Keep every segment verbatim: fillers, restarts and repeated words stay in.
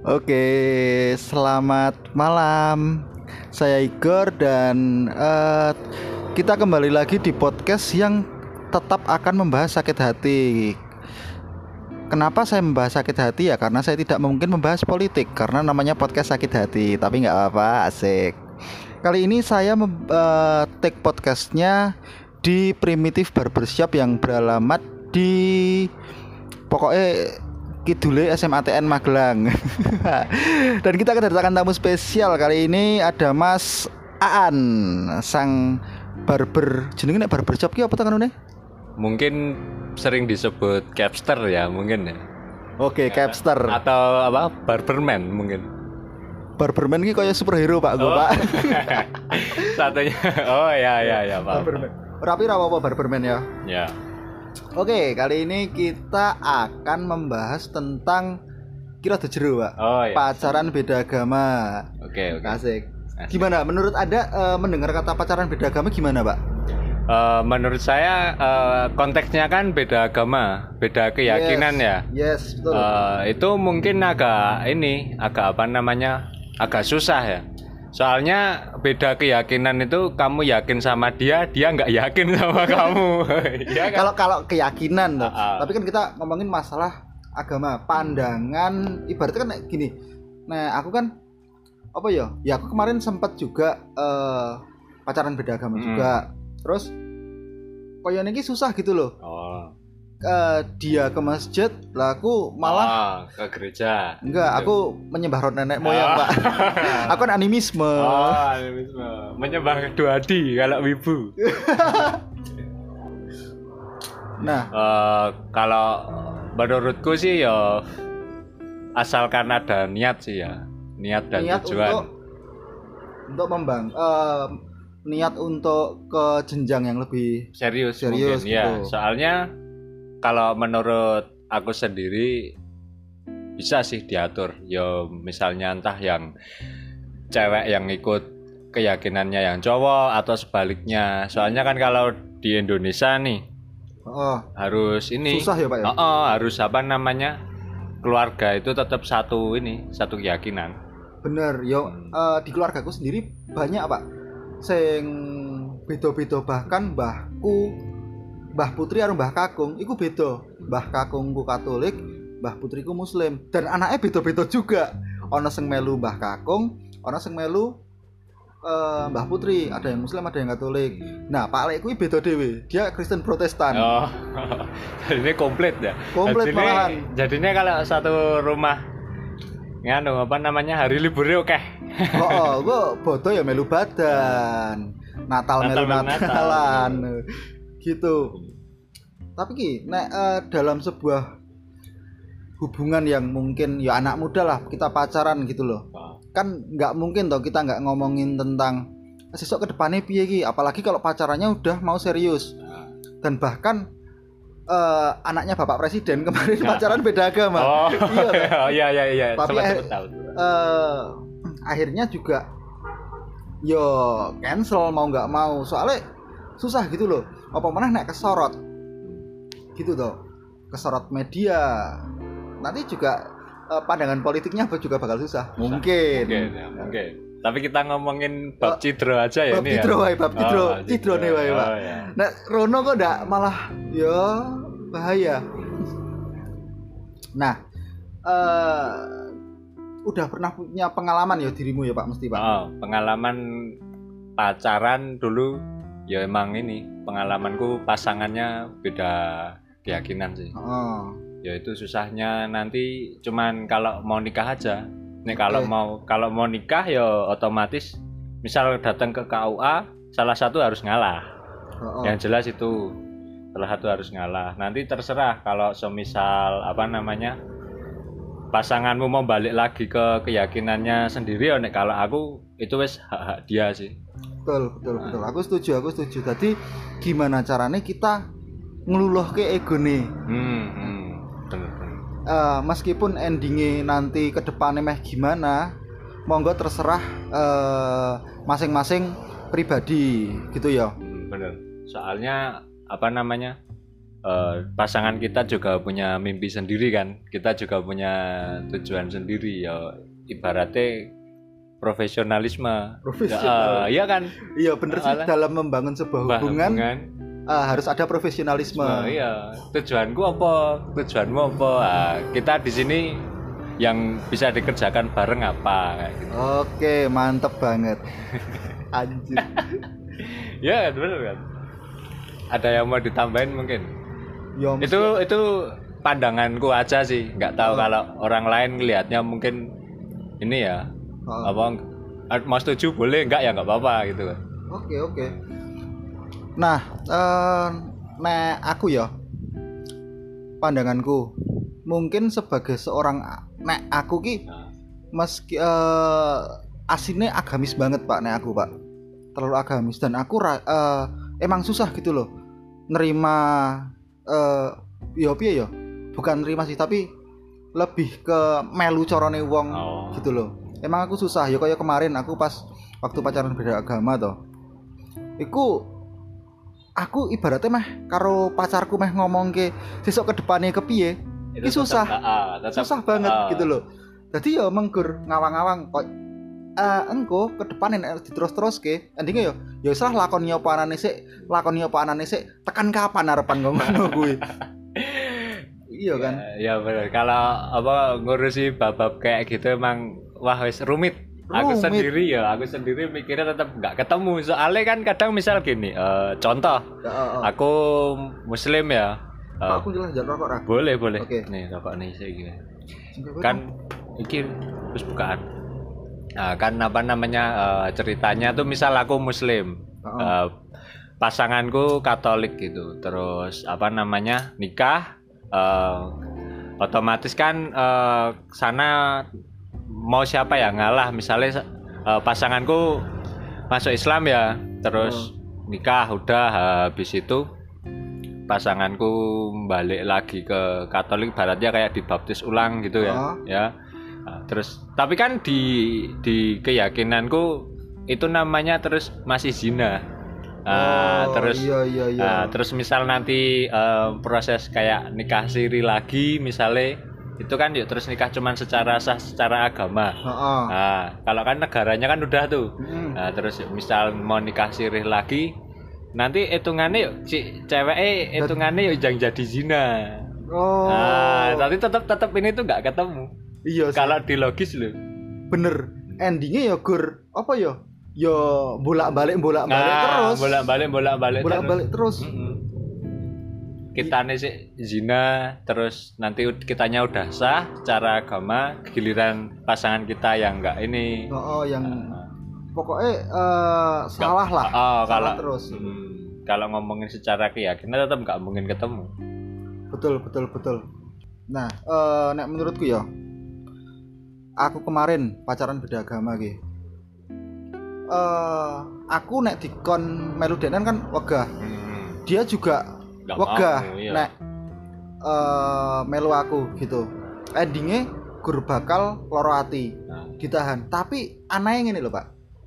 Oke, selamat malam. Saya Igor dan eh, kita kembali lagi di podcast yang tetap akan membahas sakit hati. Kenapa saya membahas sakit hati ya? Karena saya tidak mungkin membahas politik karena namanya podcast sakit hati. Tapi nggak apa-apa, asik. Kali ini saya mem- eh, take podcastnya di Primitive Barbershop yang beralamat di pokoknya Kidule S M A T N Magelang. Dan kita kedatangan tamu spesial kali ini, ada Mas Aan, sang barber. Jenenge nek barbershop ki apa to kanune? Mungkin sering disebut capster ya mungkin ya. Oke, capster Atau apa? Barberman mungkin. Barberman ki kaya superhero Pak, Oh. Pak. Satunya. Oh ya ya ya, Pak. Barberman. Rapi ra apa Barberman ya. Ya. Oke, kali ini kita akan membahas tentang kira tuh jeru, Pak. Oh ya. Pacaran beda agama. Oke oke. Asik. Asik. Gimana menurut Anda eh, mendengar kata pacaran beda agama gimana, Pak? Eh, menurut saya eh, konteksnya kan beda agama, beda keyakinan Yes. ya. Yes, betul. Eh, itu mungkin agak ini, agak apa namanya? Agak susah ya. Soalnya beda keyakinan itu kamu yakin sama dia, dia nggak yakin sama kamu. Iya kan? Kalau kalau keyakinan loh. Ah, ah. Tapi kan kita ngomongin masalah agama, pandangan ibaratnya kan kayak gini. Nah, aku kan apa ya? Ya aku kemarin sempat juga eh, pacaran beda agama Hmm. juga. Terus koyo niki susah gitu loh. Oh. Eh, dia ke masjid, lah aku malah Ah, ke gereja. enggak, aku menyembah roh nenek moyang, Ah. Pak. Aku kan animisme. Oh, animisme. Menyembah kedua di kalau wibu. Nah, Eh, kalau menurutku sih ya asalkan ada niat sih ya, niat dan niat tujuan. untuk untuk membang eh, niat untuk ke jenjang yang lebih Serius, Serius, mungkin ya. gitu. Soalnya kalau menurut aku sendiri bisa sih diatur. Ya misalnya entah yang cewek yang ikut keyakinannya yang cowok atau sebaliknya. Soalnya kan kalau di Indonesia nih oh, harus ini. susah ya, Pak ya. Oh, oh, harus apa namanya? Keluarga itu tetap satu ini, satu keyakinan. Bener, yo Hmm. eh, di keluargaku sendiri banyak, Pak. Sing beda-beda, bahkan mbahku, Mbah Putri karo Mbah Kakung iku beda. Mbah Kakungku Katolik, Mbah Putriku Muslim, dan anaknya beda-beda juga. Ana sing melu Mbah Kakung, ana sing melu eh, Mbah Putri, ada yang Muslim, ada yang Katolik. Nah, Pak Lek kuwi beda dhewe. Dia Kristen Protestan. Oh, ini komplit ya. Komplit Jadinya- malahan. Jadinya kalau satu rumah nganu apa namanya hari liburnya oke. Oh, oh, gua bodo ya melu badan. Natal, Natal melu melu Natal. Natalan. Gitu. Tapi ki, nek eh, dalam sebuah hubungan yang mungkin ya anak muda lah, kita pacaran gitu loh. Kan nggak mungkin toh kita nggak ngomongin tentang sesok ke depannya piye ki, apalagi kalau pacarannya udah mau serius. Dan bahkan eh, anaknya Bapak Presiden kemarin Nah. pacaran beda agama. Oh, Iya, toh? iya iya iya. Tapi Sempat eh, sempat tahu. eh, akhirnya juga yo cancel mau nggak mau, soalnya susah gitu loh. Apa mana naik kesorot gitu tuh, kesorot media, nanti juga eh, pandangan politiknya apa juga bakal susah. Mungkin. Mungkin, ya, mungkin. Tapi kita ngomongin bab cidro aja ya Bab ini cidro ya. wae, bab cidro, Oh, cidro nih wae, Pak. Oh, ya. Nah, Rono kok ndak malah ya bahaya. Nah, eh udah pernah punya pengalaman ya dirimu ya Pak, mesti Pak. Oh, pengalaman pacaran dulu ya emang ini pengalamanku pasangannya beda keyakinan sih. Oh. Ya itu susahnya nanti cuman kalau mau nikah aja. Nih kalau Oke. mau kalau mau nikah ya otomatis misal datang ke K U A salah satu harus ngalah. Oh, oh. Yang jelas itu salah satu harus ngalah. Nanti terserah kalau semisal apa namanya pasanganmu mau balik lagi ke keyakinannya sendiri ya nek kalau aku itu wes hak-hak dia sih. Betul, betul, betul. Aku setuju, aku setuju. Tadi gimana caranya kita ngeluluh ke ego nih? Hmm, hmm. Bener, bener. Eh, meskipun endingnya nanti ke depannya meh gimana, monggo terserah eh, masing-masing pribadi gitu ya. Hmm, bener. Soalnya apa namanya uh, pasangan kita juga punya mimpi sendiri kan, kita juga punya tujuan sendiri ya, ibaratnya profesionalisme. Profesional. Uh, iya kan? Iya bener sih, Alah. dalam membangun sebuah hubungan, hubungan uh, harus ada profesionalisme. Nah, iya, tujuanku apa? Tujuanmu apa? Nah, kita di sini yang bisa dikerjakan bareng apa kayak gitu. Oke, mantep banget. Anjir. Ya, bener kan? Ada yang mau ditambahin mungkin? Ya, itu mesti... itu pandanganku aja sih, nggak tahu oh. Kalau orang lain ngelihatnya mungkin ini ya. Oh. Apa mau setuju boleh, enggak ya nggak apa-apa gitu kan. Oke, oke. Nah, uh, nek aku ya pandanganku mungkin sebagai seorang nek aku ki nah. meski uh, aslinya agamis banget Pak, nek aku Pak terlalu agamis dan aku uh, emang susah gitu loh nerima uh, yo piye yo bukan nerima sih tapi lebih ke melu corone wong oh. Gitu loh. Emang aku susah ya kayak kemarin aku pas waktu pacaran beda agama toh. Iku aku ibaratnya mah karo pacarku mah ngomong ke sesok ke depannya ke piye itu susah tetap, uh, tetap, susah banget uh. Gitu loh. Jadi ya menggur ngawang-ngawang kok uh, engko ke depan nek diterus-terus ke endingnya yo ya wis lah lakoni apa anane sik lakoni apa anane sik tekan kapan harapan ngono kuwi. Iya kan ya, ya benar kalau apa ngurusi bab-bab kayak gitu emang wah wis rumit. Aku Rumit. sendiri ya, aku sendiri mikirnya tetap nggak ketemu. Soalnya kan kadang misal gini, uh, contoh, ya, uh, uh. aku Muslim ya. Uh, aku jelas jangan rokok lah. Boleh boleh. Okay. Nih rokok nih saya gini. Kan iki terus bukaan. Nah, kan apa namanya uh, ceritanya tuh misal aku Muslim, uh, uh. Uh, pasanganku Katolik gitu, terus apa namanya nikah, uh, otomatis kan uh, sana mau siapa ya ngalah misalnya uh, pasanganku masuk Islam ya terus oh. nikah udah habis itu pasanganku balik lagi ke Katolik baratnya kayak dibaptis ulang gitu ya oh. ya nah, terus tapi kan di di keyakinanku itu namanya terus masih zina nah, oh, terus iya, iya, iya. Nah, terus misal nanti uh, proses kayak nikah siri lagi misalnya itu kan yuk terus nikah cuman secara sah secara agama. Uh-uh. Nah, kalau kan negaranya kan udah tuh. Mm. Nah, terus yuk, misal mau nikah sirih lagi, nanti hitungannya yuk si cewek hitungannya yuk jangan jadi zina. Oh. Nah, tapi tetap tetap ini tuh nggak ketemu. Iya. Kalau di logis loh. Bener. Endingnya ya gur apa ya? Ya bolak-balik bolak-balik nah, terus. Bolak-balik bolak-balik. Bolak-balik terus. terus. Mm-hmm. Kita nih sih zina terus nanti kitanya udah sah secara agama giliran pasangan kita yang enggak ini oh, oh yang uh, pokoknya uh, salah lah oh, salah kalau terus hmm, kalau ngomongin secara keyakinan tetap nggak mungkin ketemu betul betul betul nah uh, nek menurutku ya aku kemarin pacaran beda agama gitu uh, aku nek dikon meludenan kan wegah hmm. Dia juga Gak wegah mau, iya. Nek uh, melu aku gitu endingnya gur bakal loro ati nah. Ditahan tapi aneh ngene lho Pak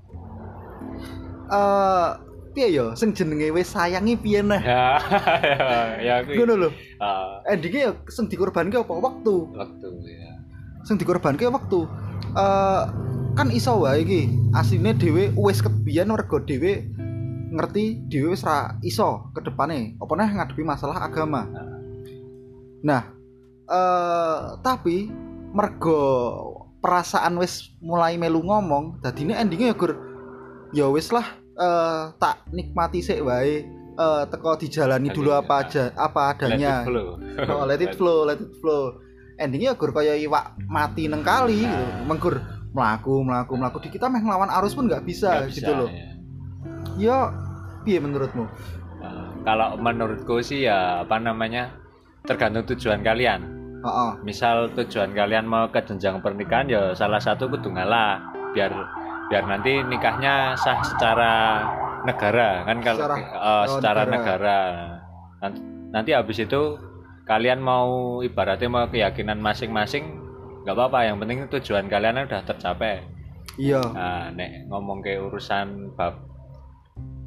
uh, piye yo sing jenenge wis sayangi piye nah ya ya aku ngono lho uh. endingnya yo sing dikorbanke apa waktu waktu ya sing dikorbanke waktu uh, kan iso wae iki asline dhewe wis kebiyen mergo dhewe ngerti dhewe wis ra iso ke depane apa neh ngadepi masalah agama. Nah, eh tapi mergo perasaan wis mulai melu ngomong, dadine endinge ya gur ya wis lah eh tak nikmati sik wae eh teko dijalani dulu apa aja apa adanya. Let it flow. Oh, let it flow, let it flow. Endinge ya gur kaya iwak mati neng kali gitu. Menggur mlaku mlaku mlaku di kita meh nglawan arus pun enggak bisa, bisa gitu loh. Ya. Ya, piye menurutmu? Uh, kalau menurutku sih ya apa namanya tergantung tujuan kalian. Uh-uh. Misal tujuan kalian mau ke jenjang pernikahan ya salah satu kudu ngalah biar biar nanti nikahnya sah secara negara kan kalau secara, uh, secara negara. negara. Nanti, nanti habis itu kalian mau ibaratnya mau keyakinan masing-masing nggak apa-apa yang penting tujuan kalian udah tercapai. Iya. Nah, nek ngomong ke urusan bab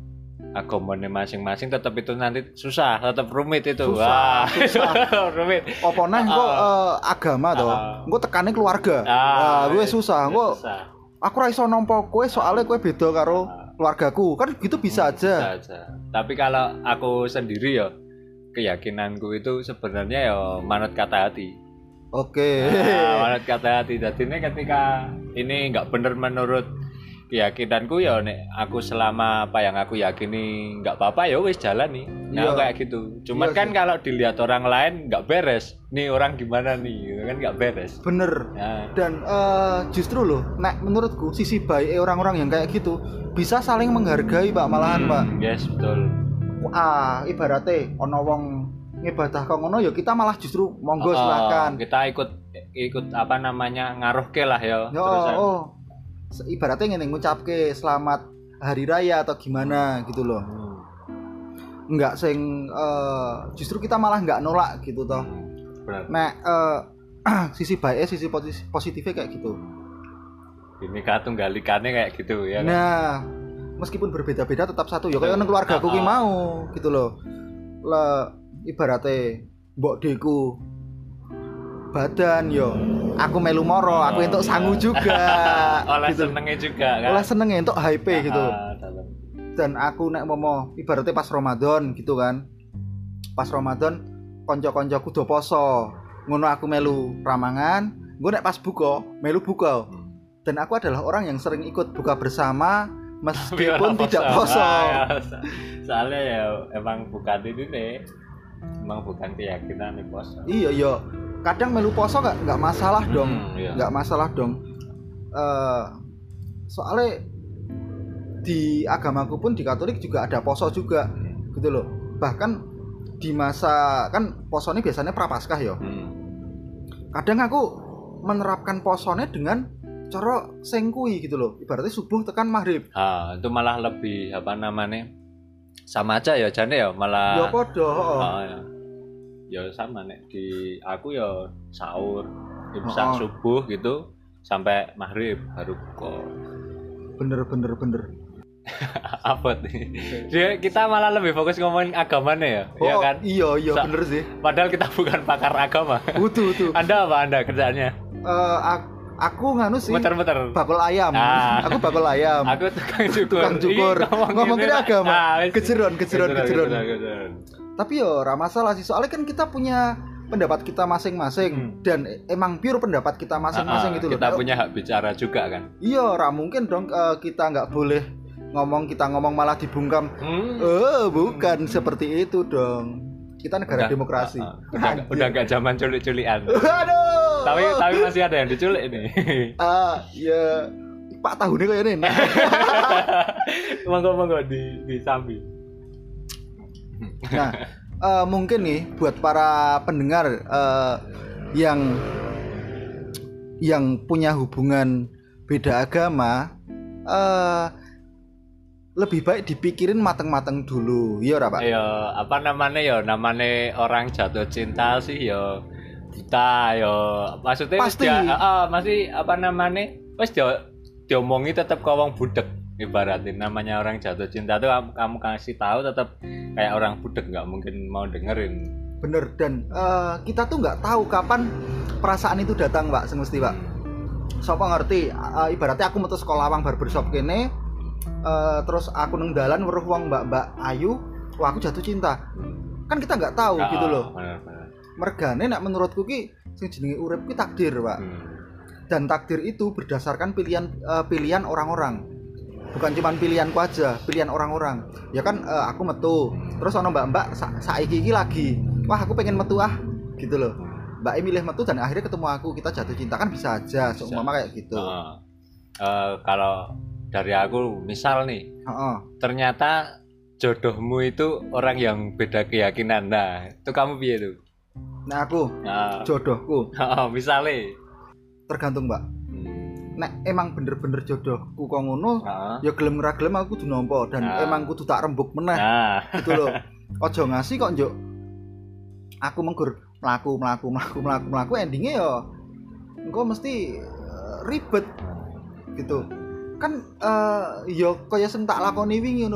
agamane masing-masing tetap itu nanti susah, tetap rumit itu. Susah, Wah, susah. rumit. Apa neh engko Ah. eh, agama to. Ah. Engko tekane keluarga. Wah, Ah, gue susah. Engko susah. aku ra iso nampa kowe soalnya kowe beda karo Ah. keluargaku. Kan gitu bisa aja. Bisa aja. Tapi kalau aku sendiri ya keyakinanku itu sebenarnya ya manut kata hati. Oke. Nah, manut kata hati. Jadi ini ketika ini nggak bener menurut keyakinanku ya nek aku selama apa yang aku yakini nggak apa-apa ya wis jalan nih. Nah, Iya. kayak gitu. Cuman Iya kan sih. kalau dilihat orang lain nggak beres. Nih orang gimana nih? Gitu kan nggak beres. Bener. Nah, Dan eh, justru loh, nek menurutku sisi baik orang-orang yang kayak gitu bisa saling menghargai Pak malahan Pak. hmm, yes betul. Ah, ibaratnya ono wong ngibadah kok ngono ya kita malah justru monggo Oh, silakan. kita ikut ikut apa namanya ngaruh ke lah ya. Ya Terusan. oh. Se- Ibaratnya ngene ngucapke selamat hari raya atau gimana gitu loh. Hmm. Enggak sing eh, justru kita malah enggak nolak gitu toh. Hmm, benar. Nek eh, sisi baiknya sisi posi- positifnya kayak gitu. Ini tunggal ikannya kayak gitu ya kan? Nah, meskipun berbeda-beda tetap satu ya kayak Betul. nang keluarga aku ki Ah, ah. mau gitu loh. Le ibaratnya mbok deku badan yo aku melu moro, aku Oh, entuk iya. sangu juga. Oleh gitu. senengnya juga kan. Oleh seneng entuk H P gitu. Ah, dalam. Dan aku nek momo ibaratnya pas Ramadan gitu kan. Pas Ramadan kanca-kancaku do poso. Ngono aku melu ramangan, gue nek pas buka, melu buka. Hmm. Dan aku adalah orang yang sering ikut buka bersama Tapi meskipun orang tidak poso. Ah, ya. So- Soalnya ya emang bukan ini nih. Emang bukan keyakinan nih poso. Iya, iya. Kadang melu poso nggak nggak masalah dong, Hmm, iya. nggak masalah dong. Eh, soalnya di agamaku pun di Katolik juga ada poso juga, gitu loh. Bahkan di masa kan posone biasanya prapaskah ya. Hmm. Kadang aku menerapkan posone dengan cara sing kuwi gitu loh. Ibaratnya subuh tekan maghrib. Ah, itu malah lebih apa namanya? Sama aja ya jane ya malah. Ya padha, heeh. Ah, ya. Ya sama nek di aku ya sahur imsak Oh. subuh gitu sampai maghrib baru buka. Bener bener bener. Apa nih? Dia kita malah lebih fokus ngomongin agamanya ya, ya Oh, kan? Iya iya Sa- bener sih. Padahal kita bukan pakar agama. Utuh utuh. Anda apa Anda kerjaannya? Eh, ak- aku nganu sih Muter-muter. bakul ayam. Ah. Aku bakul ayam. Aku tukang cukur. Tukang cukur. Ih, ngomong Ngomongin gini, agama. ah, wis. Kejeron, kejeron, kejeron. kejeron. Tapi yo ora masalah sih soalnya kan kita punya pendapat kita masing-masing Hmm. dan e- emang pure pendapat kita masing-masing Ah, ah, gitu loh. Kita punya hak bicara juga kan. Iya, ora mungkin dong eh, kita nggak boleh ngomong kita ngomong malah dibungkam. Hmm. Oh, bukan seperti itu dong. Kita negara Udah- demokrasi. ah, ah. Udah, udah gak zaman culik-culian. Aduh. tapi tapi masih ada yang diculik ini. ah, ya Pak tahunnya kayak ini. monggo monggo di di sambi. Nah, eh, mungkin nih buat para pendengar eh, yang yang punya hubungan beda agama, eh, lebih baik dipikirin mateng-mateng dulu, iya ora Pak? Ya apa namanya ya namanya orang jatuh cinta sih ya buta ya maksudnya wis Pasti. dia- ah, ah, masih apa namanya wis dia diomongi tetap ke wong budek ibaratin namanya orang jatuh cinta tuh kamu, kamu kasih tahu tetap kayak orang budek nggak mungkin mau dengerin. Bener, dan eh, kita tuh nggak tahu kapan perasaan itu datang Pak, semesti Pak. Sopo ngerti, eh, ibaratnya aku metu sekolah wang barbershop kene, eh, terus aku neng dalan weruh wong mbak-mbak ayu, wah aku jatuh cinta. Kan kita nggak tahu Ah, gitu loh. bener, bener. Mergane nek menurutku ki sing jenenge urip ki takdir, Pak. Hmm. Dan takdir itu berdasarkan pilihan eh, pilihan orang-orang. Bukan cuma pilihanku aja, pilihan orang-orang. Ya kan eh, aku metu, terus ono mbak-mbak sa saiki iki lagi. Wah, aku pengen metu ah, gitu loh. Mbak E milih metu dan akhirnya ketemu aku, kita jatuh cinta kan bisa aja, Bisa. seumpama kayak gitu. Ah. Eh, kalau dari aku misal nih Heeh. ternyata jodohmu itu orang yang beda keyakinan. Nah, itu kamu piye tuh? Nah, aku Nah, jodohku misalnya tergantung, Mbak. Nek emang bener-bener jodohku kok ngono, Nah, ya gelem ora gelem aku kudu nampa dan Nah. emang kudu tak rembug meneh. nah, Gitu loh. Ojo ngasih kok njuk aku menggur mlaku mlaku mlaku mlaku mlaku endingnya ya engko mesti eh, ribet gitu kan. eh ya kaya sing tak lakoni wingi ngono lho,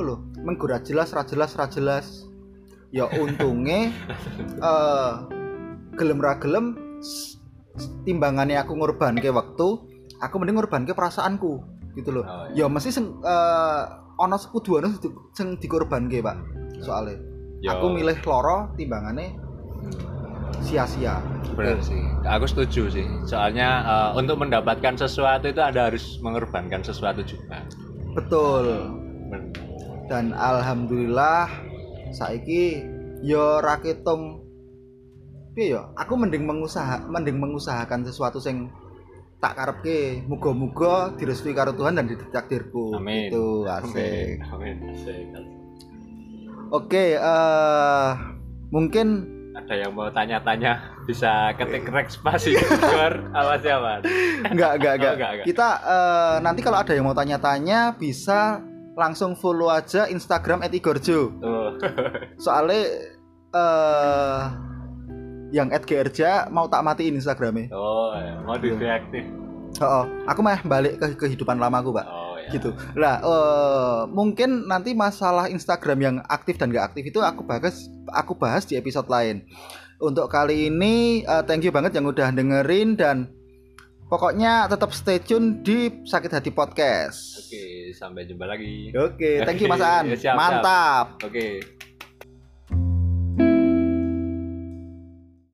menggo ra jelas ra jelas ra jelas. Ya untunge eh gelem ra gelem timbangannya aku ngorbanke waktu, aku mending ngorbanke perasaanku gitu loh. Oh, iya. Ya mesti sing uh, ana sekuduane sing dikorbanke, Pak. Soalnya Yo. Aku milih loro timbangannya sia-sia. Benar sih. Aku setuju sih. Soalnya uh, untuk mendapatkan sesuatu itu ada harus mengorbankan sesuatu juga. Betul. Benar. Dan alhamdulillah saiki yo ra ketung piye yo, aku mending mengusaha mending mengusahakan sesuatu sing tak karepke, muga-muga direstui karo Tuhan dan ditakdirku. Amin. Itu asik. Amin. Asik. Oke, uh, mungkin ada yang mau tanya-tanya bisa ketik rek spasi Igor apa siapa? Enggak, enggak, enggak. Oh, enggak, enggak. Kita uh, nanti kalau ada yang mau tanya-tanya bisa langsung follow aja Instagram et igorjo. Oh. Soalnya uh, yang et gerja mau tak matiin Instagramnya. Oh, ya. Mau di-deaktif. Oh, oh, aku mah balik ke kehidupan lamaku, Pak. Oh, ya. Gitu. Lah, uh, mungkin nanti masalah Instagram yang aktif dan gak aktif itu aku bahas aku bahas di episode lain. Untuk kali ini uh, thank you banget yang udah dengerin dan pokoknya tetap stay tune di Sakit Hati Podcast. Oke, sampai jumpa lagi. Oke, thank you Mas An. Ya, siap, mantap. Siap. Oke.